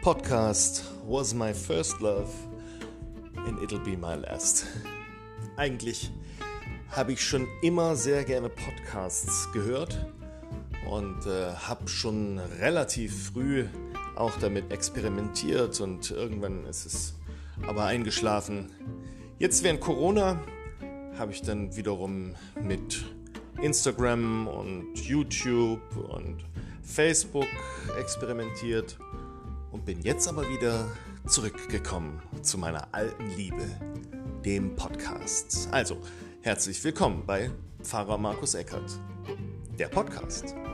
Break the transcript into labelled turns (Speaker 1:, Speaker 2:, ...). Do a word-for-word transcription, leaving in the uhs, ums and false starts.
Speaker 1: Podcast was my first love and it'll be my last. Eigentlich habe ich schon immer sehr gerne Podcasts gehört und äh, habe schon relativ früh auch damit experimentiert und irgendwann ist es aber eingeschlafen. Jetzt während Corona habe ich dann wiederum mit Instagram und YouTube und Facebook experimentiert und bin jetzt aber wieder zurückgekommen zu meiner alten Liebe, dem Podcast. Also, herzlich willkommen bei Pfarrer Markus Eckert, der Podcast.